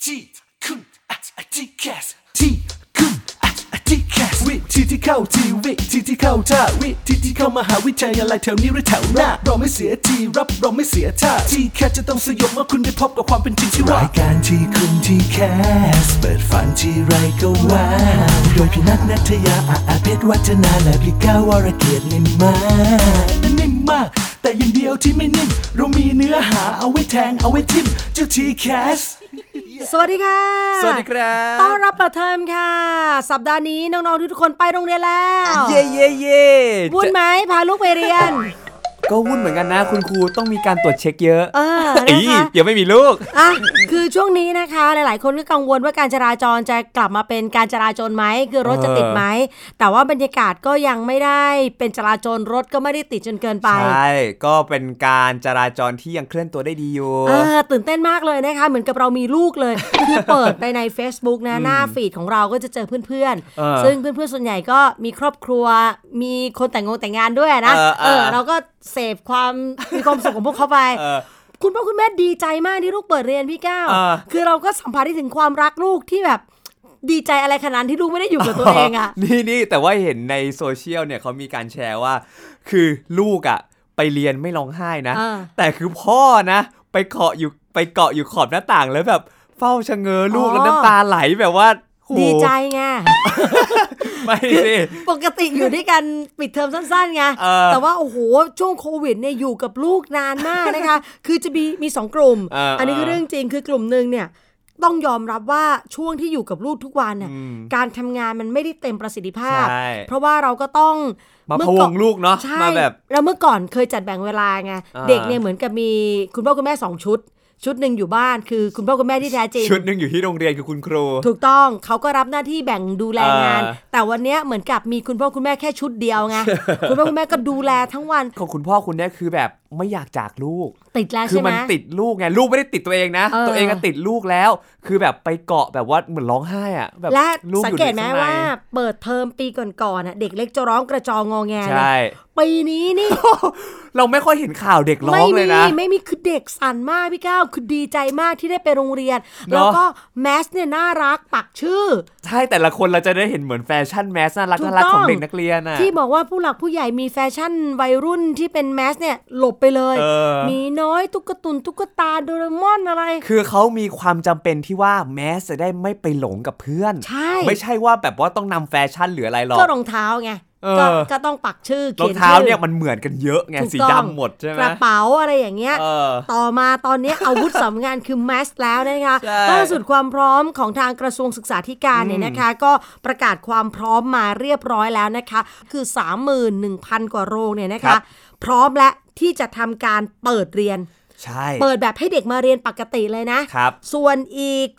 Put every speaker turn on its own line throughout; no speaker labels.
ที่คุณที่แคสที่คุณที่แคสวิธีที่เข้าทีวิธีที่เข้าท่าวิธีที่เข้ามหาวิทยาลัยแถวนี้หรือแถวหน้าเราไม่เสียทีรับเราไม่เสียท่าที่แคสจะต้องสยบเมื่อคุณได้พบกับความเป็นจริงที่ว่ารายการที่คุณที่แคสเปิดฝันที่ไรก็ว่าโดยพี่นัทณัฐยาเพชรวัฒนาและพี่ก้าววรเกียรตินิ่มมากแต่อย่างเดียวที่ไม่นิ่มเรามีเนื้อหาเอาไว้แทงเอาไว้ทิ่มเจ้าทีแคส
สวัสดีค่ะ
สวัสดีครับ
ต้อนรับเปิดเทอมค่ะสัปดาห์นี้น้องๆทุกคนไปโรงเรียนแล้ว
เย่
วุ่นไหมพาลูกไปเรียน
ก็วุ่นเหมือนกันนะคุณครูต้องมีการตรวจเช็คเยอะ
นะคะ
ยังไม่มีลูก
คือช่วงนี้นะคะหลายๆคนก็กังวลว่าการจราจรจะกลับมาเป็นการจราจรไหมคือรถจะติดไหมแต่ว่าบรรยากาศก็ยังไม่ได้เป็นจราจรรถก็ไม่ได้ติดจนเกินไป
ใช่ก็เป็นการจราจรที่ยังเคลื่อนตัวได้ดีอยู่
ตื่นเต้นมากเลยนะคะเหมือนกับเรามีลูกเลยคือเปิดไปใน Facebook นะหน้าฟีดของเราก็จะเจอเพื่อนๆซึ่งเพื่อนๆส่วนใหญ่ก็มีครอบครัวมีคนแต่งงานด้วยนะเราก็เสพความมีความสุขของพวกเขาไปคุณพ่อคุณแม่ดีใจมากที่ลูกเปิดเรียนพี่ก้าวคือเราก็สัมผัสได้ถึงความรักลูกที่แบบดีใจอะไรขนาดที่ลูกไม่ได้อยู่กับตัวเองอ่ะ
นี่แต่ว่าเห็นในโซเชียลเนี่ยเขามีการแชร์ว่าคือลูกอ่ะไปเรียนไม่ร้องไห้นะแต่คือพ่อนะไปเกาะอยู่ขอบหน้าต่างแล้วแบบเฝ้าชะเง้อลูกแล้วน้ำตาไหลแบบว่า
ดีใจไง
ไม่สิ
ปกติอยู่ด้วยกันปิดเทอมสั้นๆไงแต่ว่าโอ้โหช่วงโควิดเนี่ยอยู่กับลูกนานมากนะคะคือจะมี2กลุ่มอันนี้คือเรื่องจริงคือกลุ่มนึงเนี่ยต้องยอมรับว่าช่วงที่อยู่กับลูกทุกวันน่ะการทำงานมันไม่ได้เต็มประสิทธิภาพเพราะว่าเราก็ต้อง
มาพะวงลูกเนาะมาแบบ
แล้วเมื่อก่อนเคยจัดแบ่งเวลาไงเด็กเนี่ยเหมือนกับมีคุณพ่อคุณแม่2ชุดหนึ่งอยู่บ้านคือคุณพ่อคุณแม่ที่แท้จริง
ชุดหนึ่งอยู่ที่โรงเรียนคือคุณครู
ถูกต้องเขาก็รับหน้าที่แบ่งดูแลงานแต่วันนี้เหมือนกับมีคุณพ่อคุณแม่แค่ชุดเดียวไง คุณพ่อคุณแม่ก็ดูแลทั้งวัน
ของคุณพ่อคุณเนี่ยคือแบบไม่อยากจากลูก
ติดแล้วใช่ไหม
คือมันติดลูกไงลูกไม่ได้ติดตัวเองนะตัวเองก็ติดลูกแล้วคือแบบไปเกาะแบบว่าเหมือนร้องไห้อ่ะแบบ
และสังเกตไหมว่าเปิดเทอมปีก่อนๆอ่ะเด็กเล็กจะร้องกระจองงอแงเลยปีนี้นี่
เราไม่ค่อยเห็นข่าวเด็กร้องเลยนะ
ไม่มีคือเด็กสั่นมากพี่ก้าวคือดีใจมากที่ได้ไปโรงเรียนแล้วก็แมสเนี่ยน่ารักปักชื่อ
ใช่แต่ละคนเราจะได้เห็นเหมือนแฟชั่นแมสน่ารักของเด็กนักเรียนอ่ะ
ที่บอกว่าผู้หลักผู้ใหญ่มีแฟชั่นวัยรุ่นที่เป็นแมสเนี่ยหลบไปเลยมีน้อยตุ๊กตุนตุ๊กตาโดเรมอนอะไร
คือเขามีความจำเป็นที่ว่าแมสจะได้ไม่ไปหลงกับเพื่อนไม่ใช่ว่าแบบว่าต้องนำแฟชั่นหรืออะไรหรอก
ก็รองเท้าไงก็ต้องปักชื่อเขียน
รองเท้าเนี่ยมันเหมือนกันเยอะไงสีดำหมดใช่ไหม
กระเป๋าอะไรอย่างเงี้ยต่อมาตอนนี้อาวุธสำคัญคือแมสแล้วนะคะล่าสุดความพร้อมของทางกระทรวงศึกษาธิการเนี่ยนะคะก็ประกาศความพร้อมมาเรียบร้อยแล้วนะคะคือ 31,000 กว่าโรงเนี่ยนะคะพร้อมและที่จะทำการเปิดเรียนเปิดแบบให้เด็กมาเรียนปกติเลยนะส่วนอีก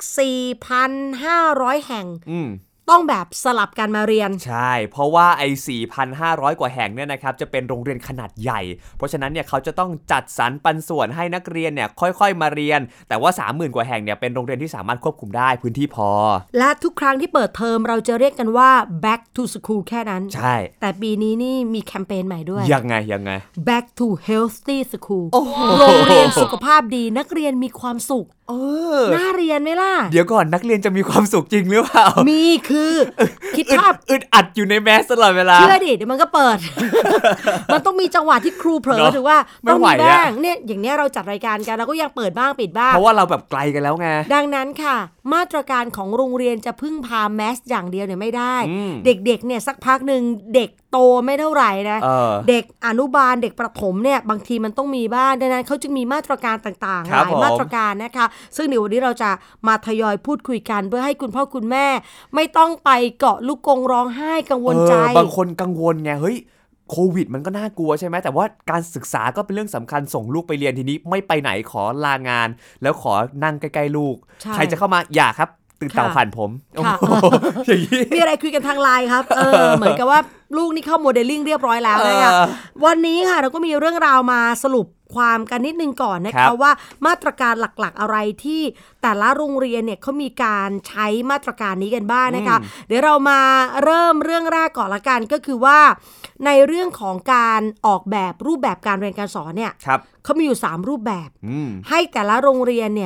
4,500 แห่งต้องแบบสลับกันมาเรียน
ใช่เพราะว่าไอ้ 4,500 กว่าแห่งเนี่ยนะครับจะเป็นโรงเรียนขนาดใหญ่เพราะฉะนั้นเนี่ยเขาจะต้องจัดสรรปันส่วนให้นักเรียนเนี่ยค่อยๆมาเรียนแต่ว่า 30,000 กว่าแห่งเนี่ยเป็นโรงเรียนที่สามารถควบคุมได้พื้นที่พอ
และทุกครั้งที่เปิดเทอมเราจะเรียกกันว่า back to school แค่นั้น
ใช่
แต่ปีนี้นี่มีแคมเปญใหม่ด้วย
ยังไง
back to healthy school โรงเรียนสุขภาพดีนักเรียนมีความสุขน่าเรียนไหมล่ะ
เดี๋ยวก่อนนักเรียนจะมีความสุขจริงหรือเปล่า
มีคือคิดภาพ
อึดอัดอยู่ในแมสตลอดเวลา
เชื่อดิเดี๋ยวมันก็เปิด มันต้องมีจังหวะที่ครูเผลอถือว่าต้องมีบ้างเนี่ยอย่างเนี้ยเราจัดรายการกันเราก็ยังเปิดบ้างปิดบ้าง
เพราะว่าเราแบบไกลกันแล้วไง
ดังนั้นค่ะมาตรการของโรงเรียนจะพึ่งพาแมสอย่างเดียวเนี่ยไม่ได้เด็กๆเนี่ยสักพักนึงเด็กโตไม่เท่าไหร่นะเด็กอนุบาลเด็กประถมเนี่ยบางทีมันต้องมีบ้างดังนั้นเขาจึงมีมาตรการต่างๆหลายมาตรการนะคะซึ่งเดี๋ยววันนี้เราจะมาทยอยพูดคุยกันเพื่อให้คุณพ่อคุณแม่ไม่ต้องไปเกาะลูกกรงร้องไห้กังวลใจ
บางคนกังวลไงเฮ้ยโควิดมันก็น่ากลัวใช่ไหมแต่ว่าการศึกษาก็เป็นเรื่องสำคัญส่งลูกไปเรียนทีนี้ไม่ไปไหนขอลางานแล้วขอนั่งใกล้ๆลูกใครจะเข้ามาอย่าครับตื่นเต่าผ่านผม
มีอะไรคุยกันทางไลน์ครับเหมือนกับว่าลูกนี่เข้าโมเดลลิ่งเรียบร้อยแล้วนะคะวันนี้ค่ะเราก็มีเรื่องราวมาสรุปความกันนิดนึงก่อนนะคะว่ามาตรการหลักๆอะไรที่แต่ละโรงเรียนเนี่ยเขามีการใช้มาตรการนี้กันบ้างนะคะเดี๋ยวเรามาเริ่มเรื่องแรกก่อนละกันก็คือว่าในเรื่องของการออกแบบรูปแบบการเรียนการสอนเนี่ยเขามีอยู่3รูปแบบให้แต่ละโรงเรียนเนี่ย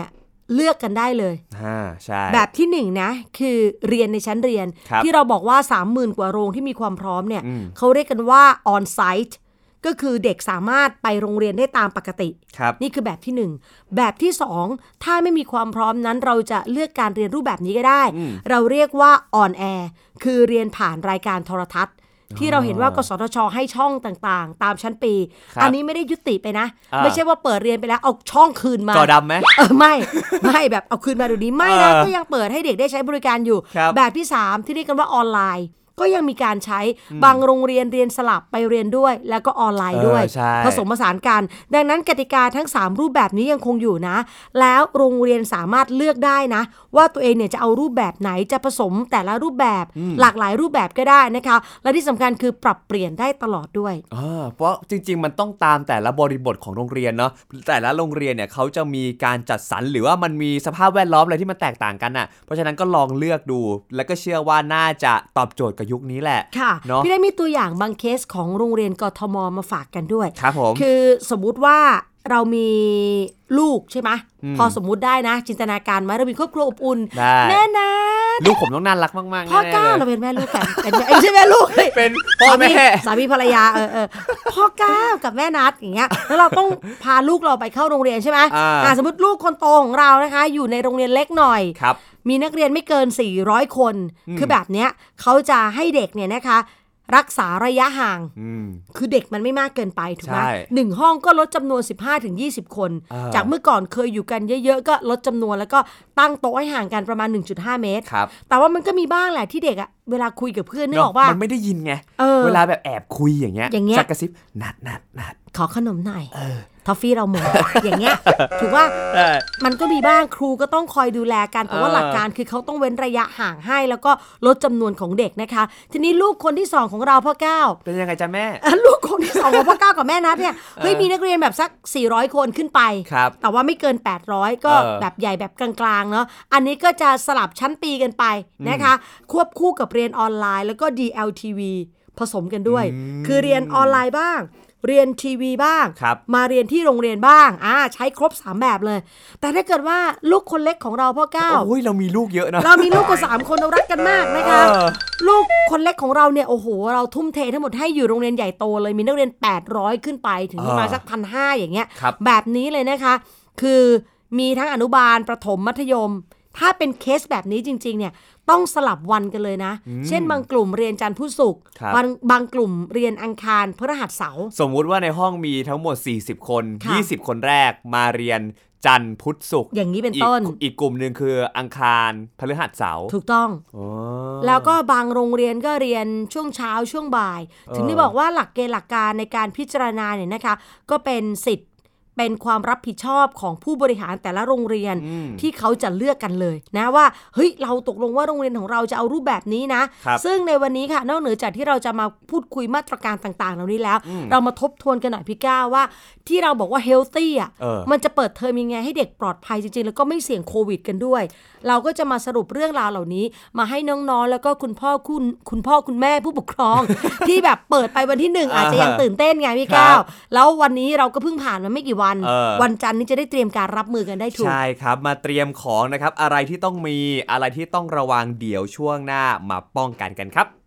เลือกกันได้เลย
ใช่
แบบที่1นะคือเรียนในชั้นเรียนที่เราบอกว่า 30,000 กว่าโรงที่มีความพร้อมเนี่ยเขาเรียกกันว่า on site ก็คือเด็กสามารถไปโรงเรียนได้ตามปกตินี่คือแบบที่1แบบที่2ถ้าไม่มีความพร้อมนั้นเราจะเลือกการเรียนรูปแบบนี้ก็ได้เราเรียกว่า on air คือเรียนผ่านรายการโทรทัศน์ที่เราเห็นว่ากสทช.ให้ช่องต่างๆตามชั้นปีอันนี้ไม่ได้ยุติไปนะไม่ใช่ว่าเปิดเรียนไปแล้วเอาช่องคืนมา
จอดำไหม
ไม่แบบเอาคืนมาเดี๋ยวนี้ไม่นะก็ยังเปิดให้เด็กได้ใช้บริการอยู่แบบที่3ที่เรียกกันว่าออนไลน์ก็ยังมีการใช้บางโรงเรียนเรียนสลับไปเรียนด้วยแล้วก็ออนไลน์ด้วยผสมผสานกันดังนั้นกติกาทั้ง3รูปแบบนี้ยังคงอยู่นะแล้วโรงเรียนสามารถเลือกได้นะว่าตัวเองเนี่ยจะเอารูปแบบไหนจะผสมแต่ละรูปแบบหลากหลายรูปแบบก็ได้นะคะและที่สำคัญคือปรับเปลี่ยนได้ตลอดด้วย
เพราะจริงๆมันต้องตามแต่ละบริบทของโรงเรียนเนาะแต่ละโรงเรียนเนี่ยเขาจะมีการจัดสรรหรือว่ามันมีสภาพแวดล้อมอะไรที่มันแตกต่างกันน่ะเพราะฉะนั้นก็ลองเลือกดูแล้วก็เชื่อว่าน่าจะตอบโจทย์กับยุคนี้แหละ
ค่ะพี่ได้มีตัวอย่างบางเคสของโรงเรียนกทม.มาฝากกันด้วย
ครับผม
คือสมมุติว่าเรามีลูกใช่ไหมพอสมมุติได้นะจินตนาการไหมเรามีครอบครัวอบอุ่นแน่นะ
ลูกผมต้องน่ารักมากๆ
พ่อก้าวเราเป็นแม่ลูกกันเป็นไม่ใช่แม่ลูก
เป็นพ่อแม่
สามีภรรยาพ่อก้าวกับแม่นัดอย่างเงี้ยแล้วเราต้องพาลูกเราไปเข้าโรงเรียนใช่ไหมสมมติลูกคนโตของเรานะคะอยู่ในโรงเรียนเล็กหน่อยมีนักเรียนไม่เกิน400คนคือแบบเนี้ยเขาจะให้เด็กเนี่ยนะคะรักษาระยะห่างคือเด็กมันไม่มากเกินไปถูกไหม1ห้องก็ลดจำนวน 15-20 คนจากเมื่อก่อนเคยอยู่กันเยอะๆก็ลดจำนวนแล้วก็ตั้งโต๊ะให้ห่างกันประมาณ 1.5 เมตรแต่ว่ามันก็มีบ้างแหละที่เด็กอะเวลาคุยกับเพื่อนนึกออกว่า
มันไม่ได้ยินไงเวลาแบบแอบคุยอย่างเงี้ยจักกระซิบนัด
ขอขนมหน่อยทอฟฟี่เราหมด อย่างเงี้ยถือว่ามันก็มีบ้างครูก็ต้องคอยดูแลกันแต่ว่าหลักการคือเขาต้องเว้นระยะห่างให้แล้วก็ลดจำนวนของเด็กนะคะทีนี้ลูกคนที่2ของเราพ่อก้าว
เป็นยังไงจ๊ะแม่
ลูกคนที่2ของพ่อก้าวกับแม่นัทเนี่ยเฮ้ยมีนักเรียนแบบสัก400คนขึ้นไปแต่ว่าไม่เกิน800ก็แบบใหญ่แบบกลางๆเนาะอันนี้ก็จะสลับชั้นปีกันไปนะคะควบคู่กับเรียนออนไลน์แล้วก็ DLTV ผสมกันด้วยคือเรียนออนไลน์บ้างเรียนทีวีบ้างมาเรียนที่โรงเรียนบ้างใช้ครบ3แบบเลยแต่ถ้าเกิดว่าลูกคนเล็กของเราพ่อก้าว
โอ้ยเรามีลูกเยอะนะ
เรามีลูกกัน3คนเรารักกันมากนะคะลูกคนเล็กของเราเนี่ยโอ้โหเราทุ่มเททั้งหมดให้อยู่โรงเรียนใหญ่โตเลยมีนักเรียน800ขึ้นไปถึงประมาณสัก 1,500 อย่างเงี้ยแบบนี้เลยนะคะคือมีทั้งอนุบาลประถมมัธยมถ้าเป็นเคสแบบนี้จริงๆเนี่ยต้องสลับวันกันเลยนะเช่นบางกลุ่มเรียนจันทร์พุธศุกร์บางกลุ่มเรียนอังคารพฤหัสเสาร์
สมมุติว่าในห้องมีทั้งหมด40คน20คนแรกมาเรียนจันทร์พุธศุกร์
อย่างนี้เป็นต้น
อีกกลุ่มนึงคืออังคารพฤหัสเสาร์
ถูกต้องแล้วก็บางโรงเรียนก็เรียนช่วงเช้าช่วงบ่ายถึงได้บอกว่าหลักเกณฑ์หลักการในการพิจารณาเนี่ยนะคะก็เป็นสิทธิ์เป็นความรับผิดชอบของผู้บริหารแต่ละโรงเรียนที่เขาจะเลือกกันเลยนะว่าเฮ้ยเราตกลงว่าโรงเรียนของเราจะเอารูปแบบนี้นะซึ่งในวันนี้ค่ะนอกเหนือจากที่เราจะมาพูดคุยมาตรการต่างๆเหล่านี้แล้วเรามาทบทวนกันหน่อยพี่ก้าวว่าที่เราบอกว่าเฮลตี้อ่ะมันจะเปิดเทอมยังไงให้เด็กปลอดภัยจริงๆแล้วก็ไม่เสี่ยงโควิดกันด้วยเราก็จะมาสรุปเรื่องราวเหล่านี้มาให้น้องๆแล้วก็คุณพ่อคุณแม่ผู้ปกครอง ที่แบบเปิดไปวันที่1อาจจะยังตื่นเต้นไงพี่ก้าวแล้ววันนี้เราก็เพิ่งผ่านมาไม่กี่วันจันทร์นี้จะได้เตรียมการรับมือกันได้ถูก
ใช่ครับมาเตรียมของนะครับอะไรที่ต้องมีอะไรที่ต้องระวังเดี๋ยวช่วงหน้ามาป้องกันกันครับ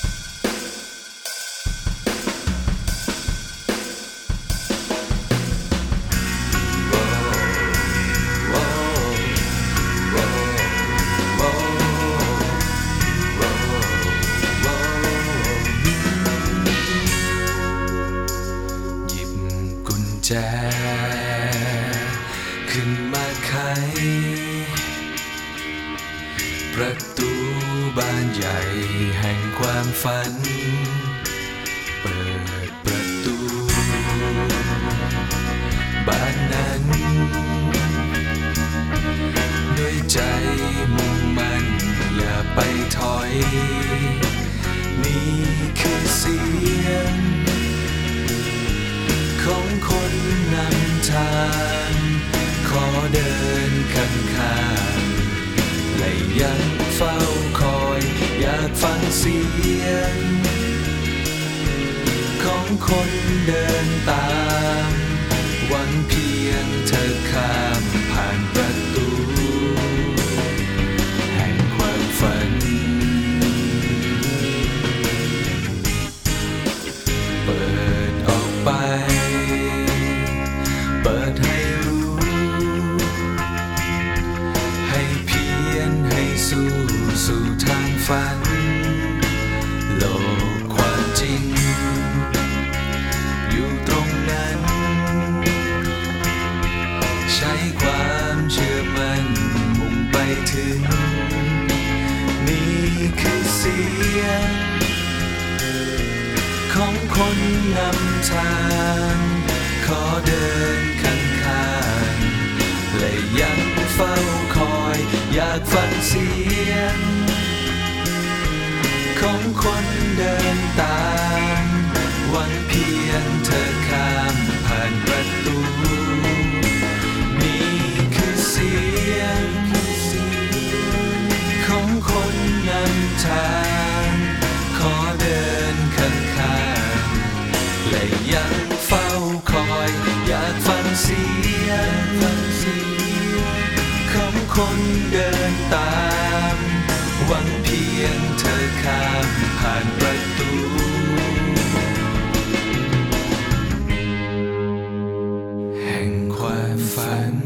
ขึ้นมาไขประตูบานใหญ่แห่งความฝันเปิดประตูบานนั้นด้วยใจมุ่งมั่นอย่าไปถอยนี่คือเสียงของคนนำทางขอเดินข้างๆและยังเฝ้าคอยอยากฟังเสียงของคนเดินตามหวังเพียงเธอข้ามผ่านประตูสู้สู่ทางฝันโลกความจริงอยู่ตรงนั้นใช้ความเชื่อมั่นมุ่งไปถึงนี่คือเสียงของคนนำทางขอเดินข้างๆและยังเฝ้าคอยอยากฟังเสียงของคนเดินตามหวังเพียงเธอข้ามผ่านประตูนี่คือเสียงของคนนำทางขอเดินข้างๆและยังเฝ้าคอยอยากฟังเสียงของคนเดินตามหวังเพียงเธอข้ามผ่านประตูแห่งความฝัน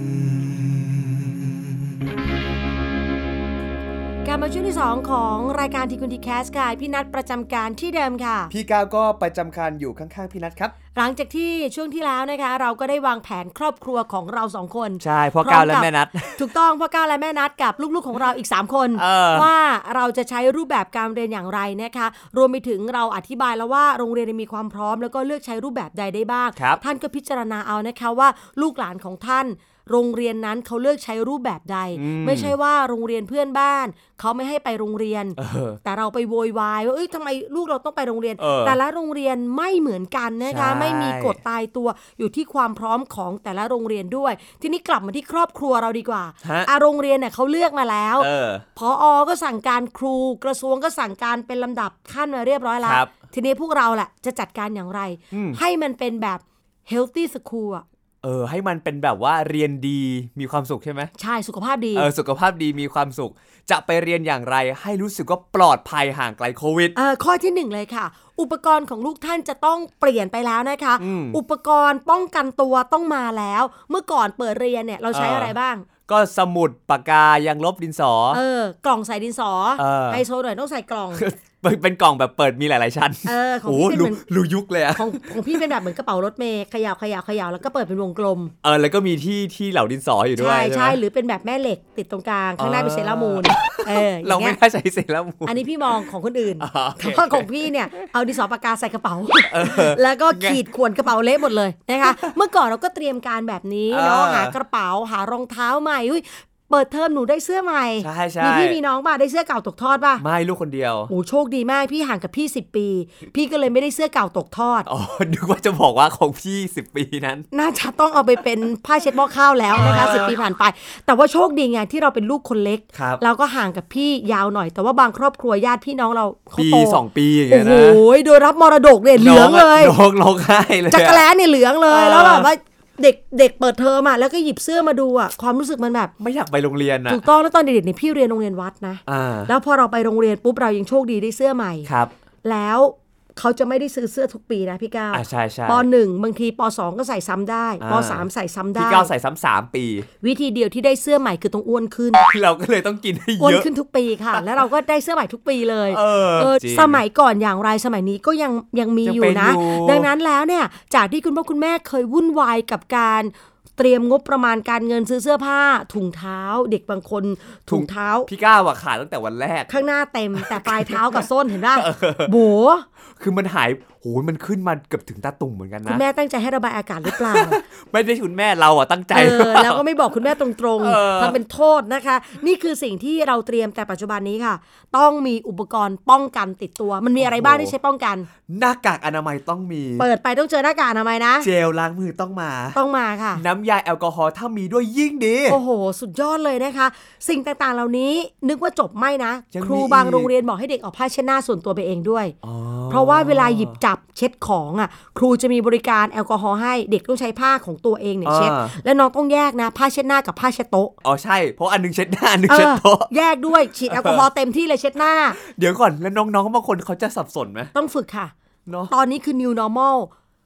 กลับมาช่วงที่2ของรายการทีคุณทีแคสค่ะพี่นัทประจำการที่เดิมค่ะ
พี่ก้าวก็ประจำการอยู่ข้างๆพี่นัทครับ
หลังจากที่ช่วงที่แล้วนะคะเราก็ได้วางแผนครอบครัวของเรา2คน
ใช่พ่อก้าวและแม่นัท
ถูกต้องพ่อก้าวและแม่นัทกับลูกๆของเราอีก3คนว่าเราจะใช้รูปแบบการเรียนอย่างไรนะคะรวมไปถึงเราอธิบายแล้วว่าโรงเรียนมีความพร้อมแล้วก็เลือกใช้รูปแบบใดได้บ้างท่านก็พิจารณาเอานะคะว่าลูกหลานของท่านโรงเรียนนั้นเขาเลือกใช้รูปแบบใดไม่ใช่ว่าโรงเรียนเพื่อนบ้านเขาไม่ให้ไปโรงเรียนแต่เราไปโวยวายว่าทำไมลูกเราต้องไปโรงเรียนแต่ละโรงเรียนไม่เหมือนกันนะคะไม่มีกฎตายตัวอยู่ที่ความพร้อมของแต่ละโรงเรียนด้วยทีนี้กลับมาที่ครอบครัวเราดีกว่าโรงเรียนเนี่ยเขาเลือกมาแล้วผอ.ก็สั่งการครูกระทรวงก็สั่งการเป็นลำดับขั้นมาเรียบร้อยแล้วทีนี้พวกเราแหละจะจัดการอย่างไรให้มันเป็นแบบ healthy school
ให้มันเป็นแบบว่าเรียนดีมีความสุขใช่ไหม
ใช่สุขภาพดี
สุขภาพดีมีความสุขจะไปเรียนอย่างไรให้รู้สึกว่าปลอดภัยห่างไกลโควิด
ข้อที่1เลยค่ะอุปกรณ์ของลูกท่านจะต้องเปลี่ยนไปแล้วนะคะอุปกรณ์ป้องกันตัวต้องมาแล้วเมื่อก่อนเปิดเรียนเนี่ยเราใช้อะไรบ้าง
ก็สมุดปากกายางลบดินส
อกล่องใส่ดินสอไฮโซหน่อยต้องใส่กล่อง
เป็นกล่องแบบเปิดมีหลายๆชั้น
ของพี่เป็นเหมือน
รู้ยุคเลยอะ
ของพี่เป็นแบบเหมือนกระเป๋ารถเมล์เขย่าแล้วก็เปิดเป็นวงกลม
แล้วก็มีที่เหล่าดินสออยู่ด้วย
ใช่หรือเป็นแบบแม่เหล็กติดตรงกลางข้างหน้าเป็นเซรามูน
เราไม่ได้ใช้เซรามูน
อันนี้พี่มองของคนอื่นแต่ว่าของพี่เนี่ยเอาดินสอปากกาใส่กระเป๋าแล้วก็ขีดข่วนกระเป๋าเละหมดเลยนะคะเมื่อก่อนเราก็เตรียมการแบบนี้เนาะหากระเป๋าหารองเท้าใหม่เปิดเทอมหนูได้เสื้อใหม่มีพี่มีน้องป่ะได้เสื้อเก่าตกทอดป่ะ
ไม่ลูกคนเดียว
โอ้โชคดีมากพี่ห่างกับพี่10ปีพี่ก็เลยไม่ได้เสื้อเก่าตกทอด
นึกว่าจะบอกว่าของพี่10ปีนั้น
น่าจะต้องเอาไปเป็นผ้าเช็ดหม้อข้าวแล้วนะคะ10ปีผ่านไปแต่ว่าโชคดีไงที่เราเป็นลูกคนเล็กเราก็ห่างกับพี่ยาวหน่อยแต่ว่าบางครอบครัวญาติพี่น้องเรา
เขาโตปี2ปีอย่างเงี้ยนะ
โอ้ยโดยรับมรดกเนี่ยเหลืองเลย
ร้องไห้เลย
จักรแล้เนี่ยเหลืองเลยแล้วแบบว่าเด็กเปิดเทอมแล้วก็หยิบเสื้อมาดูความรู้สึกมันแบบ
ไม่อยากไปโรงเรียน
ถูกต้องแล้วตอนเด็กๆเนี่ยพี่เรียนโรงเรียนวัดนะแล้วพอเราไปโรงเรียนปุ๊บเรายังโชคดีได้เสื้อใหม่แล้วเขาจะไม่ได้ซื้อเสื้อทุกปีนะพี่ก้าว
ใช่
ป.1 บางทีป.2 ก็ใส่ซ้ำได้ป.3 ใส่ซ้ำได้
พี่ก้าวใส่ซ้ำ3ปี
วิธีเดียวที่ได้เสื้อใหม่คือต้องอ้วนขึ้น
เราก็เลยต้องกินให้เยอะ
อ้วนขึ้นทุกปีค่ะแล้วเราก็ได้เสื้อใหม่ทุกปีเลยสมัยก่อนอย่างไรสมัยนี้ก็ยังมีอยู่นะดังนั้นแล้วเนี่ยจากที่คุณพ่อคุณแม่เคยวุ่นวายกับการเตรียมงบประมาณการเงินซื้อเสื้อผ้าถุงเท้าเด็กบางคนถุงเท้า
พี่ก้าวขาดตั้งแต่วันแรก
ข้างหน้าเต็มแต่ปลายเท้ากับส้นเห็นป่ะโบ
คือมันหายโหมันขึ้นมาเกือบถึงตาตุ่มเหมือนกันนะ
คุณแม่ตั้งใจให้ระบายอากาศหรือเปล่า
ไม่ได้คุณแม่เราตั้งใจ
แล้วก็ไม่บอกคุณแม่ตรงๆทำเป็นโทษนะคะนี่คือสิ่งที่เราเตรียมแต่ปัจจุบันนี้ค่ะต้องมีอุปกรณ์ป้องกันติดตัวมันมีอะไรบ้างที่ใช้ป้องกัน
หน้ากากอนามัยต้องมี
เปิดไปต้องเจอหน้ากากอนามัยนะ
เจลล้างมือต้องมา
ค่ะ
น้ำยาแอลกอฮอล์ถ้ามีด้วยยิ่งดี
โอ้โหสุดยอดเลยนะคะสิ่งต่างๆเหล่านี้นึกว่าจบไม่นะครูบางโรงเรียนบอกให้เด็กเอาผ้าเช็ดหน้าส่วนตัวไปเองด้วยเพราะว่าเวลาหยิบจับเช็ดของครูจะมีบริการแอลกอฮอล์ให้เด็กต้องใช้ผ้าของตัวเองเนี่ยเช็ดและน้องต้องแยกนะผ้าเช็ดหน้ากับผ้าเช็ดโต๊ะ
ใช่เพราะอันนึงเช็ดหน้าอันนึงเช็ดโต๊ะ
แยกด้วยฉีดแอลกอฮอล์เต็มที่เลยเช็ดหน้า
เดี๋ยวก่อนแล้วน้องๆบางคนเขาจะสับสนไหม
ต้องฝึกค่ะตอนนี้คือ new normal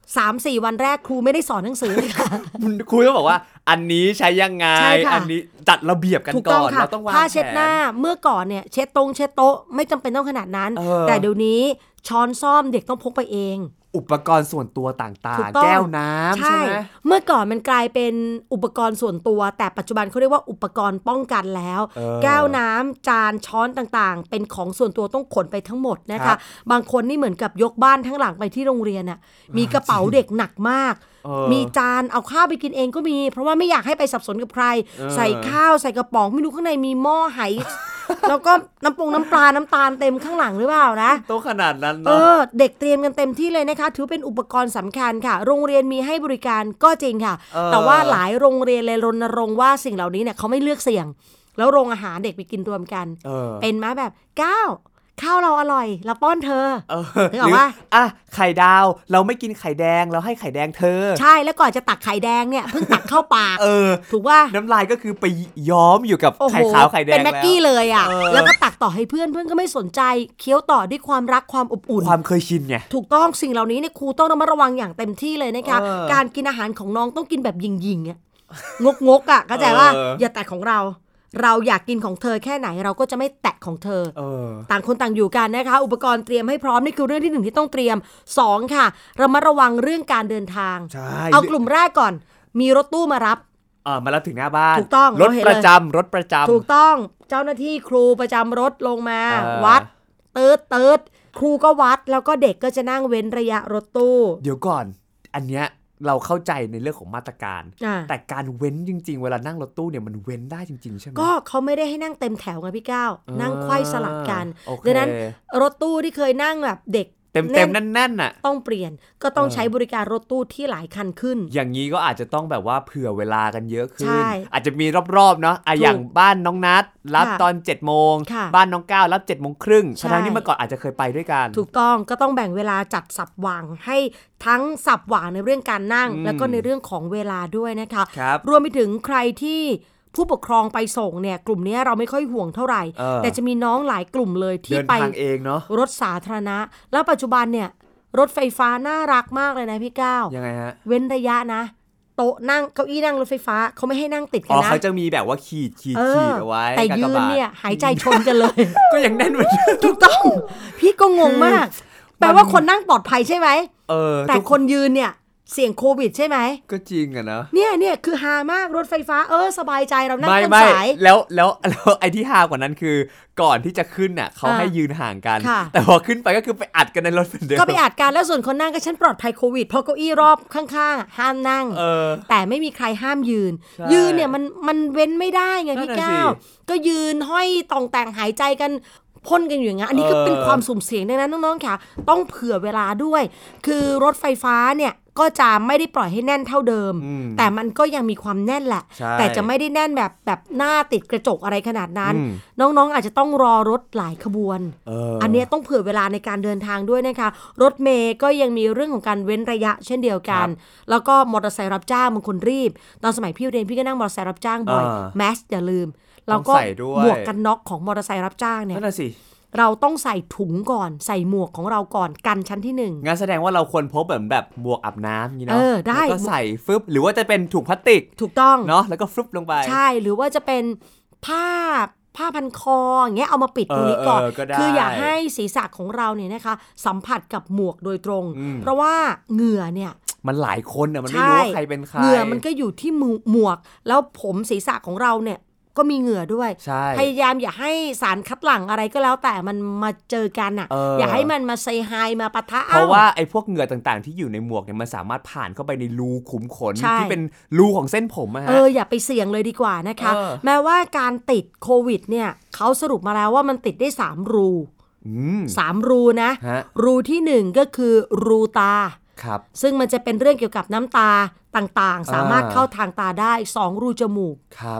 3-4 วันแรกครูไม่ได้สอนหนังสือเลยค่ะ
ครูก็บอกว่าอันนี้ใช้ยังไงอันนี้จัดระเบียบกันก่อนเราต้องวางแผน
ผ้าเช็ดหน้าเมื่อก่อนเนี่ยเช็ดโต๊ะไม่จำเป็นต้องขนาดนั้นแต่เดี๋ยวนี้ช้อนซ่อมเด็กต้องพกไปเอง
อุปกรณ์ส่วนตัวต่างๆแก้วน้ำใช่ไหม
เมื่อก่อนมันกลายเป็นอุปกรณ์ส่วนตัวแต่ปัจจุบันเขาเรียกว่าอุปกรณ์ป้องกันแล้วแก้วน้ำจานช้อนต่างๆเป็นของส่วนตัวต้องขนไปทั้งหมดนะคะบางคนนี่เหมือนกับยกบ้านทั้งหลังไปที่โรงเรียนอ่ะมีกระเป๋าเด็กหนักมากมีจานเอาข้าวไปกินเองก็มีเพราะว่าไม่อยากให้ไปสับสนกับใครใส่ข้าวใส่กระป๋องไม่รู้ข้างในมีหม้อไหแล้วก็น้ำปลาน้ำตาลเต็มข้างหลังหรือเปล่านะ
โตขนาดนั้นเนาะ
เด็กเตรียมกันเต็มที่เลยนะคะถือเป็นอุปกรณ์สำคัญค่ะโรงเรียนมีให้บริการก็จริงค่ะแต่ว่าหลายโรงเรียนเลยรณรงค์ว่าสิ่งเหล่านี้เนี่ยเขาไม่เลือกเสี่ยงแล้วโรงอาหารเด็กไปกินรวมกันเป็นไหมแบบข้าวเราอร่อยเราป้อนเธอนึกออกว่า
ไข่ดาวเราไม่กินไข่แดงเราให้ไข่แดงเธอ
ใช่แล้วก่อนจะตักไข่แดงเนี่ยเพิ่งตักเข้าปากถูกว่า
น้ำลายก็คือไปย้อมอยู่กับไข่ขาวไข่แดง
เป็นแม็กกี้เลยอ่ะแล้วก็ตักต่อให้เพื่อนก็ไม่สนใจเคี้ยวต่อด้วยความรักความอบอุ่น
ความเคยชินไง
ถูกต้องสิ่งเหล่านี้เนี่ยครูต้องระมัดระวังอย่างเต็มที่เลยนะคะการกินอาหารของน้องต้องกินแบบยิงๆอ่ะงกอ่ะเข้าใจว่าอย่าแตะของเราอยากกินของเธอแค่ไหนเราก็จะไม่แตะของเธอต่างคนต่างอยู่กันนะคะอุปกรณ์เตรียมให้พร้อมนี่คือเรื่องที่1ที่ต้องเตรียม2ค่ะเรามาระวังเรื่องการเดินทางเอากลุ่มแรกก่อนมีรถตู้มารับ
มารับถึงหน้าบ้าน
ถูกต้อง
รถประจำ
ถูกต้องเจ้าหน้าที่ครูประจำรถลงมาวัดเติร์ดครูก็วัดแล้วก็เด็กก็จะนั่งเว้นระยะรถตู้
เดี๋ยวก่อนอันเนี้ยเราเข้าใจในเรื่องของมาตรการแต่การเว้นจริงๆเวลานั่งรถตู้เนี่ยมันเว้นได้จริงๆใช่ไหม
ก็เขาไม่ได้ให้นั่งเต็มแถวไงพี่ก้าวนั่งไขว้สลับกันดังนั้นรถตู้ที่เคยนั่งแบบเด็ก
เต็มแน่นๆน่ะ
ต้องเปลี่ยนก็ต้องใช้บริการรถตู้ที่หลายคันขึ้น
อย่างนี้ก็อาจจะต้องแบบว่าเผื่อเวลากันเยอะขึ้นอาจจะมีรอบๆเนาะอย่างบ้านน้องนัทรับตอน 7 โมงบ้านน้องก้าวรับ 7 โมงครึ่งทั้งที่เมื่อก่อนอาจจะเคยไปด้วยกัน
ถูกต้องก็ต้องแบ่งเวลาจัดสับว่างให้ทั้งสับว่างในเรื่องการนั่งแล้วก็ในเรื่องของเวลาด้วยนะคะรวมไปถึงใครที่ผู้ปกครองไปส่งเนี่ยกลุ่มนี้เราไม่ค่อยห่วงเท่าไหร่แต่จะมีน้องหลายกลุ่มเลยที่ไป
เองเนาะ
รถสาธารณะแล้วปัจจุบันเนี่ยรถไฟฟ้าน่ารักมากเลยนะพี่ก้าว
ยังไงฮะ
เว้นระยะนะโต๊ะนั่งเก้าอี้นั่งรถไฟฟ้าเขาไม่ให้นั่งติดกันนะ
เขาจะมีแบบว่าขีดเอาไว้
แต่ยืนเนี่ยหายใจชนกันเลย
ก็ยังแน่นเหมือน
ถูกต้องพี่ก็งงมากแปลว่าคนนั่งปลอดภัยใช่ไหมแต่คนยืนเนี่ยเสี่ยงโควิดใช่ไหม
ก็จริงอะนะ
เนี่ยคือฮามากรถไฟฟ้าสบายใจเรานั่งต้นสาย
แล้วไอ้ที่ฮากว่านั้นคือก่อนที่จะขึ้นน่ะเขาให้ยืนห่างกันแต่พอขึ้นไปก็คือไปอัดกันในรถเดิม
ก็ไปอัดกันแล้วส่วนคนนั่งก็ฉันปลอดภัยโควิดเพราะเก้าอี้รอบข้างๆห้ามนั่งแต่ไม่มีใครห้ามยืนเนี่ยมันเว้นไม่ได้ไงพี่ก้าวก็ยืนห้อยต่องแต่งหายใจกันพ่นกันอยู่อย่างงี้อันนี้ก็เป็นความสุ่มเสี่ยงดังนั้นน้องๆค่ะต้องเผื่อเวลาด้วยคือรถไฟฟ้าเนี่ยก็จะไม่ได้ปล่อยให้แน่นเท่าเดิมแต่มันก็ยังมีความแน่นแหละแต่จะไม่ได้แน่นแบบหน้าติดกระจกอะไรขนาดนั้นน้องๆอาจจะต้องรอรถหลายขบวนอันนี้ต้องเผื่อเวลาในการเดินทางด้วยนะคะรถเมล์ก็ยังมีเรื่องของการเว้นระยะเช่นเดียวกันแล้วก็มอเตอร์ไซค์รับจ้างบางคนรีบตอนสมัยพี่เรียนพี่ก็นั่งมอเตอร์ไซค์รับจ้างบ่อยแมสอย่าลืมแล้วก็หมวกกันน็อกของมอเตอร์ไซค์รับจ้างเนี่ย
นั่นน่ะสิ
เราต้องใส่ถุงก่อนใส่หมวกของเราก่อนกันชั้นที่1
งั้นแสดงว่าเราควรพกแบบหมวกอาบน้ำนี่เนาะ
ได้
แล้วก็ใส่ฟึบหรือว่าจะเป็นถุงพลาสติก
ถูกต้อง
เนาะแล้วก็ฟึบลงไป
ใช่หรือว่าจะเป็นผ้าพันคออย่างเงี้ยเอามาปิดตรงนี้ก่อนคืออย่าให้ศีรษะของเราเนี่ยนะคะสัมผัสกับหมวกโดยตรงเพราะว่าเหงื่อเนี่ย
มันหลายคนอ่ะมันไม่รู้ว่าใครเป็นใคร
เหงื่อมันก็อยู่ที่หมวกแล้วผมศีรษะของเราเนี่ยก็มีเหงื่อด้วยพยายามอย่าให้สารคัดหลั่งอะไรก็แล้วแต่มันมาเจอกันอ่ะอย่าให้มันมาเซย์ไฮมาปะทะ
เพราะว่าไอ้พวกเหงื่อต่างๆที่อยู่ในหมวกเนี่ยมันสามารถผ่านเข้าไปในรูขุมขนที่เป็นรูของเส้นผมอะฮะ
อย่าไปเสี่ยงเลยดีกว่านะคะแม้ว่าการติดโควิดเนี่ยเขาสรุปมาแล้วว่ามันติดได้3รู3รูนะรูที่1ก็คือรูตาซึ่งมันจะเป็นเรื่องเกี่ยวกับน้ำตาต่างๆสามารถเข้าทางตาได้2รูจมูก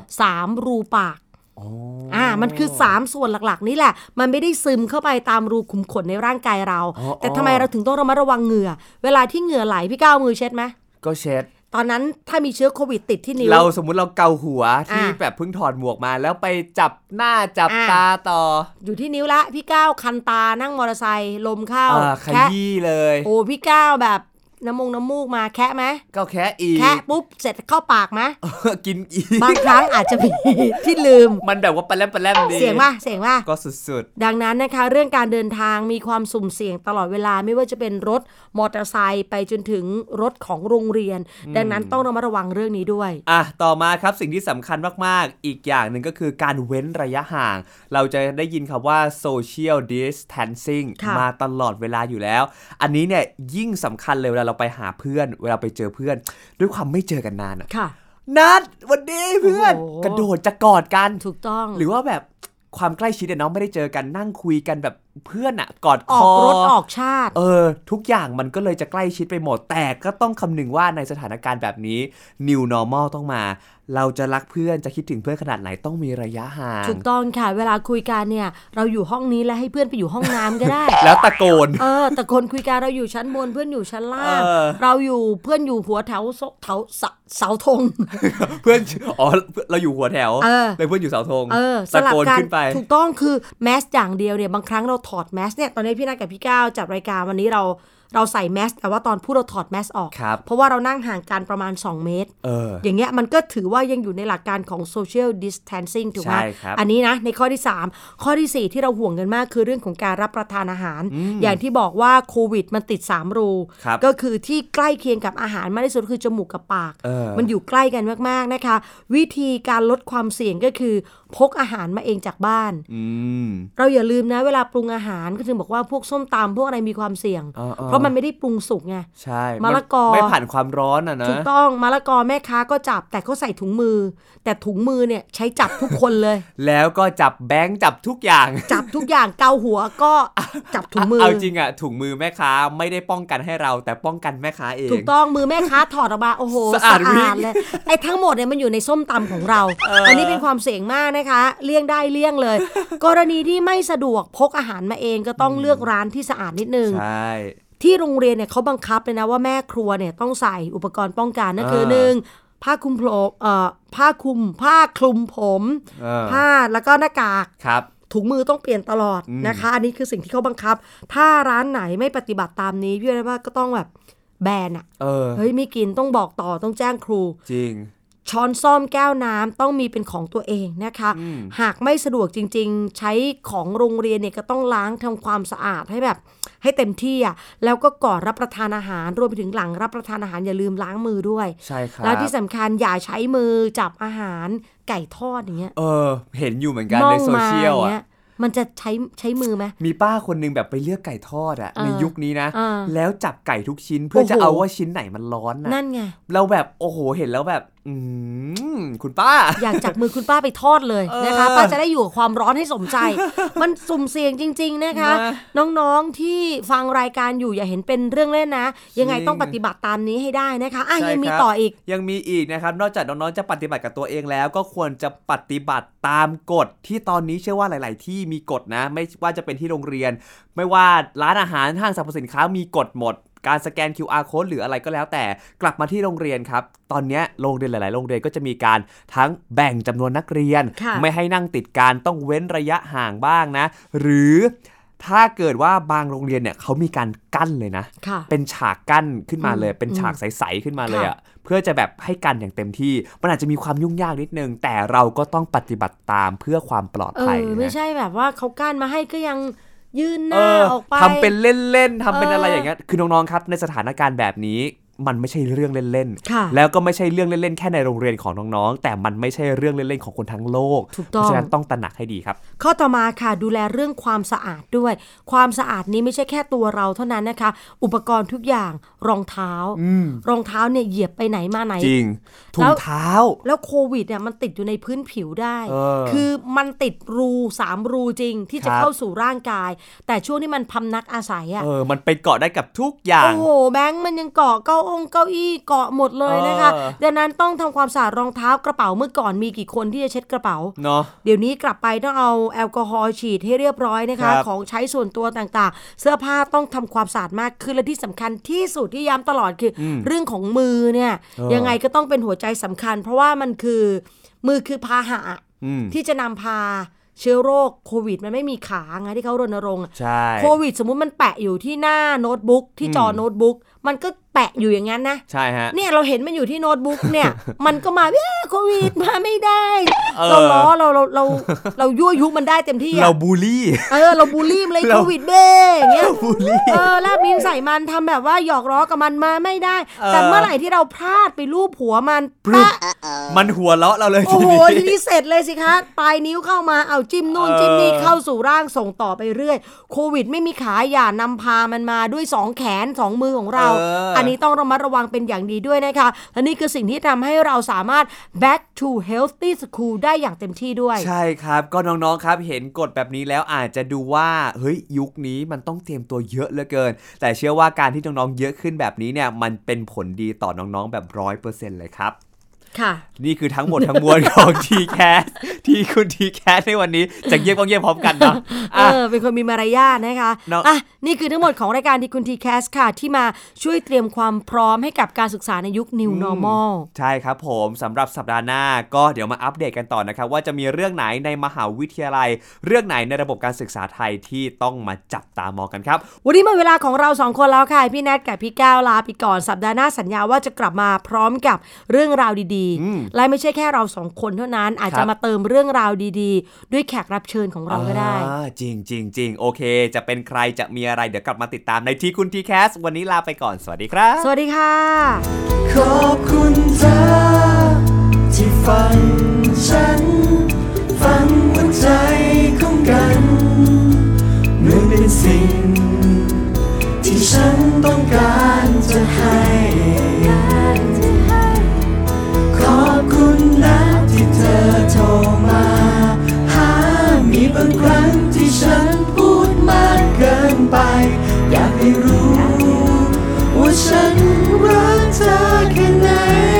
3รูปากมันคือ3ส่วนหลักๆนี่แหละมันไม่ได้ซึมเข้าไปตามรูขุมขนในร่างกายเราแต่ทำไมเราถึงต้องระมัดระวังเหงื่อเวลาที่เหงื่อไหลพี่ก้าวมือเช็ดไหม
ก็เช็ด
ตอนนั้นถ้ามีเชื้อโควิดติดที่นิ้ว
เราสมมุติเราเกาหัวที่แบบเพิ่งถอดหมวกมาแล้วไปจับหน้าจับตาต่อ
อยู่ที่นิ้วละพี่ก้าวคันตานั่งมอเตอร์ไซค์ลมเข้า
ขยี้เลย
โอ้พี่ก้าวแบบน้ำมูกมาแคะไหม
ก็แคะอีก
แคะปุ๊บเสร็จเข้าปากไหม
กินอีก
บางครั้งอาจจะมีที่ลืม
มันแบบว่าปลาแรมดี
เสียงป่ะ
ก็สุด
ๆดังนั้นนะคะเรื่องการเดินทางมีความสุ่มเสี่ยงตลอดเวลาไม่ว่าจะเป็นรถมอเตอร์ไซค์ไปจนถึงรถของโรงเรียนดังนั้นต้องระมัดระวังเรื่องนี้ด้วย
ต่อมาครับสิ่งที่สำคัญมากๆอีกอย่างหนึ่งก็คือการเว้นระยะห่างเราจะได้ยินคำว่า social distancing มาตลอดเวลาอยู่แล้วอันนี้เนี่ยยิ่งสำคัญเลยเวลาเราไปหาเพื่อนเวลาไปเจอเพื่อนด้วยความไม่เจอกันนานนัดวันนี้เพื่อนกระโดดจะกอดกัน
ถูกต้อง
หรือว่าแบบความใกล้ชิดน้องไม่ได้เจอกันนั่งคุยกันแบบเพื่อนกอดคอ
ออกรถออกชาติ
ทุกอย่างมันก็เลยจะใกล้ชิดไปหมดแต่ก็ต้องคำนึงว่าในสถานการณ์แบบนี้ New Normal ต้องมาเราจะรักเพื่อนจะคิดถึงเพื่อนขนาดไหนต้องมีระยะห่าง
ถูกต้องค่ะเวลาคุยกันเนี่ยเราอยู่ห้องนี้แล้วให้เพื่อนไปอยู่ห้องน้ำก็ได้
แล้วตะโกน
ตะโกนคุยกันเราอยู่ชั้นบนเพื่อนอยู่ชั้นล่างเราอยู่เพื่อนอยู่หัวแถวเสาธง
เพื่อนเราอยู่หัวแถวเลยเพื่อนอยู่เสาธงตะโกนขึ้นไป
ถูกต้องคือแมสอย่างเดียวเนี่ยบางครั้งเราถอดแมสเนี่ยตอนนี้พี่นัทกับพี่ก้าวจัดรายการวันนี้เราใส่แมสแต่ว่าตอนพูดเราถอดแมสออกเพราะว่าเรานั่งห่างกันประมาณ2เมตรอย่างเงี้ยมันก็ถือว่ายังอยู่ในหลักการของ social distancing ถูกไหมอันนี้นะในข้อที่3ข้อที่4ที่เราห่วงกันมากคือเรื่องของการรับประทานอาหารอย่างที่บอกว่าโควิดมันติด3รูก็คือที่ใกล้เคียงกับอาหารมากที่สุดคือจมูกกับปากมันอยู่ใกล้กันมากๆนะคะวิธีการลดความเสี่ยงก็คือพกอาหารมาเองจากบ้านเราอย่าลืมนะเวลาปรุงอาหารก็ถึงบอกว่าพวกส้มตำพวกอะไรมีความเสี่ยงเพราะมันไม่ได้ปรุงสุกไง
ใช่
มะละกอ
ไม่ผ่านความร้อนนะ
ถูกต้องมะละกอแม่ค้าก็จับแต่เขาใส่ถุงมือแต่ถุงมือเนี่ยใช้จับทุกคนเลย
แล้วก็จับแบงค์จับทุกอย่าง
จับทุกอย่างเกาหัวก็จับถุงมือ
เอาจริงอ่ะถุงมือแม่ค้าไม่ได้ป้องกันให้เราแต่ป้องกันแม่ค้าเอง
ถูกต้องมือแม่ค้าถอดออกมาโอ้โหสะอาดเลยไอ้ทั้งหมดเนี่ยมันอยู่ในส้มตำของเราอันนี้เป็นความเสี่ยงมากนะคะเลี่ยงได้เลี่ยงเลยกรณีที่ไม่สะดวกพกอาหารมาเองก็ต้องเลือกร้านที่สะอาดนิดนึง
ใช่
ที่โรงเรียนเนี่ยเขาบังคับเลยนะว่าแม่ครัวเนี่ยต้องใส่อุปกรณ์ป้องกันนั่นคือ1ผ้าคลุมผมผ้าแล้วก็หน้ากากถุงมือต้องเปลี่ยนตลอดนะคะอันนี้คือสิ่งที่เขาบังคับถ้าร้านไหนไม่ปฏิบัติตามนี้พี่ว่าก็ต้องแบบแบนเฮ้ยไม่กินต้องบอกต่อต้องแจ้งครู
จริง
ช้อนส้อมแก้วน้ำต้องมีเป็นของตัวเองนะคะหากไม่สะดวกจริงๆใช้ของโรงเรียนเนี่ยก็ต้องล้างทำความสะอาดให้เต็มที่แล้วก็ก่อนรับประทานอาหารรวมไปถึงหลังรับประทานอาหารอย่าลืมล้างมือด้วย
ใช่ครับ
แล้วที่สำคัญอย่าใช้มือจับอาหารไก่ทอดอย่างเงี้ย
เห็นอยู่เหมือนกันในโซเชียล
มันจะใช้มือไหม
มีป้าคนนึงแบบไปเลือกไก่ทอดในยุคนี้นะแล้วจับไก่ทุกชิ้นเพื่อจะเอาว่าชิ้นไหนมันร้อน
นั่นไง
เราแบบโอ้โหเห็นแล้วแบบคุณป้า
อยากจับมือคุณป้าไปทอดเลยนะคะป้าจะได้อยู่กับความร้อนให้สมใจมันสุ่มเสี่ยงจริงๆนะคะน้องๆที่ฟังรายการอยู่อย่าเห็นเป็นเรื่องเล่นนะยังไงต้องปฏิบัติตามนี้ให้ได้นะคะยังมีต่ออีก
ยังมีอีกนะครับนอกจากน้องๆจะปฏิบัติกับตัวเองแล้วก็ควรจะปฏิบัติตามกฎที่ตอนนี้เชื่อว่าหลายๆที่มีกฎนะไม่ว่าจะเป็นที่โรงเรียนไม่ว่าร้านอาหารห้างสรรพสินค้ามีกฎหมดการสแกน QR code หรืออะไรก็แล้วแต่กลับมาที่โรงเรียนครับตอนนี้โรงเรียนหลายๆโรงเรียนก็จะมีการทั้งแบ่งจำนวนนักเรียนไม่ให้นั่งติดกันต้องเว้นระยะห่างบ้างนะหรือถ้าเกิดว่าบางโรงเรียนเนี่ยเขามีการกั้นเลยนะเป็นฉากกั้นขึ้นมาเลยเป็นฉากใสๆขึ้นมาเลยเพื่อจะแบบให้กันอย่างเต็มที่มันอาจจะมีความยุ่งยากนิดนึงแต่เราก็ต้องปฏิบัติตามเพื่อความปลอดภัย
ไม่ใช่แบบว่าเขากั้นมาให้ก็ยังยื่นหน้าออกไป
ทำเป็นเล่นๆทำเป็นอะไรอย่างเงี้ยคือน้องๆครับในสถานการณ์แบบนี้มันไม่ใช่เรื่องเล่นๆแล้วก็ไม่ใช่เรื่องเล่นๆแค่ในโรงเรียนของน้องๆแต่มันไม่ใช่เรื่องเล่นๆของคนทั้งโลกเพราะฉะนั้นต้องตระหนักให้ดีครับ
ข้อต่อมาค่ะดูแลเรื่องความสะอาดด้วยความสะอาดนี้ไม่ใช่แค่ตัวเราเท่านั้นนะคะอุปกรณ์ทุกอย่างรองเท้ารองเท้าเนี่ยเหยียบไปไหนมาไหน
จริงถุงเท้า
แล้วโควิดเนี่ยมันติดอยู่ในพื้นผิวได้คือมันติดรู3รูจริงที่จะเข้าสู่ร่างกายแต่ช่วงที่มันพำนักอาศัย
มันไปเกาะได้กับทุกอย่าง
โอ้โหแบงค์มันยังเกาะเก้าอี้เกาะหมดเลยนะคะดังนั้นต้องทำความสะอาดรองเท้ากระเป๋าเมื่อก่อนมีกี่คนที่จะเช็ดกระเป๋า
เนาะ
เดี๋ยวนี้กลับไปต้องเอาแอลกอฮอล์ฉีดให้เรียบร้อยนะคะของใช้ส่วนตัวต่างๆเสื้อผ้าต้องทำความสะอาดมากขึ้นและที่สำคัญที่สุดที่ย้ำตลอดคือเรื่องของมือเนี่ยยังไงก็ต้องเป็นหัวใจสำคัญเพราะว่ามันคือมือคือพาหะที่จะนำพาเชื้อโรคโควิดมันไม่มีขาไงที่เขารณรงค์โควิดสมมุติมันแปะอยู่ที่หน้าโน้ตบุ๊กที่จอโน้ตบุ๊กมันก็แปะอยู่อย่างนั้นนะ
ใช่ฮะ
เนี่ยเราเห็นมันอยู่ที่โน้ตบุ๊กเนี่ย มันก็มาโควิดมาไม่ได้เราล้อเรายั่วยุมันได้เต็มที่
เราบูลลี่
เราบูลลี่มันเลยโควิดเบ้อย่างเงี้ย
บูลลี่
แลบลิ้นใส่มันทำแบบว่าหยอกล้อกับมันมาไม่ได้แต่เมื่อไหร่ที่เราพลาดไปลูบหัวมัน
มันหัวเราะเราเลย
โอ้โหทีนี้เสร็จเลยสิคะปลายนิ้วเข้ามาเอาจิ้มนู่นจิ้มนี่เข้าสู่ร่างส่งต่อไปเรื่อยโควิดไม่มีขาอย่านำพามันมาด้วย2แขน2มือของเราอันนี้ต้องระมัดระวังเป็นอย่างดีด้วยนะคะและนี่คือสิ่งที่ทำให้เราสามารถ back to healthy school ได้อย่างเต็มที่ด้วย
ใช่ครับก็น้องๆครับเห็นกฎแบบนี้แล้วอาจจะดูว่าเฮ้ยยุคนี้มันต้องเตรียมตัวเยอะเหลือเกินแต่เชื่อว่าการที่น้องๆเยอะขึ้นแบบนี้เนี่ยมันเป็นผลดีต่อน้องๆแบบ 100% เลยครับนี่คือทั้งหมดทั้งมวลของ TCAS ที่คุณ TCAS ในวันนี้จะเยี่ยมต้องเยี่ยมพร้อมกันเนาะ
เป็นคนมีมารยาทนะคะนี่คือทั้งหมดของรายการที่คุณ TCAS ค่ะที่มาช่วยเตรียมความพร้อมให้กับการศึกษาในยุค New Normal
ใช่ครับผมสำหรับสัปดาห์หน้าก็เดี๋ยวมาอัปเดตกันต่อนะครับว่าจะมีเรื่องไหนในมหาวิทยาลัยเรื่องไหนในระบบการศึกษาไทยที่ต้องมาจับตามองกันครับ
วันนี้หมดเวลาของเรา2คนแล้วค่ะพี่แนทกับพี่ก้าวลาไปก่อนสัปดาห์หน้าสัญญาว่าจะกลับมาพร้อมกับเรื่องราวดีๆและไม่ใช่แค่เรา2คนเท่านั้นอาจจะมาเติมเรื่องราวดีๆด้วยแขกรับเชิญของเราก็ได้
จริงโอเคจะเป็นใครจะมีอะไรเดี๋ยวกลับมาติดตามในที่คุณ TCAS วันนี้ลาไปก่อนสวัสดีครับ
สวัสดีค่ะ
ขอบคุณเธอที่ฟังฉันฟังหัวใจของกันเหมือนเป็นสิ่งที่ฉันต้องการจะให้ขอบคุณนะที่เธอโทรมาหามีบางครั้งที่ฉันพูดมากเกินไปอยากให้รู้ว่าฉันรักเธอแค่ไหน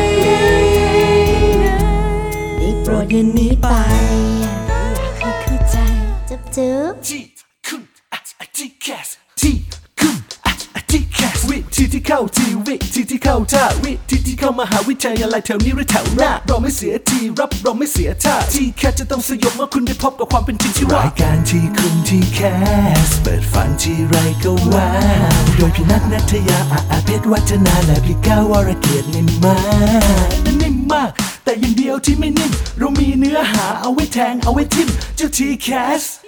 ได้โปรดอย่าหนีไปอยากให้เข้าใจจุ๊บที่คุณTCASที่คุณTCASวิธีที่เข้าทีวิธีที่เข้าท่าวิธีที่เข้ามหาวิทยาลัยแถวนี้หรือแถวหน้าเราไม่เสียทีรับเราไม่เสียท่าTCASจะต้องสยบเมื่อคุณได้พบกับความเป็นจริงที่ว่ารายการที่คุณ TCASเปิดฝันที่ไรก็ว่าโดยพี่นัทณัฐยาเพชรวัฒนาและพี่ก้าววรเกียรตินิ่มมากแต่อย่างเดียวที่ไม่นิ่มเรามีเนื้อหาเอาไว้แทงเอาไว้ทิ่มเจ้าTCAS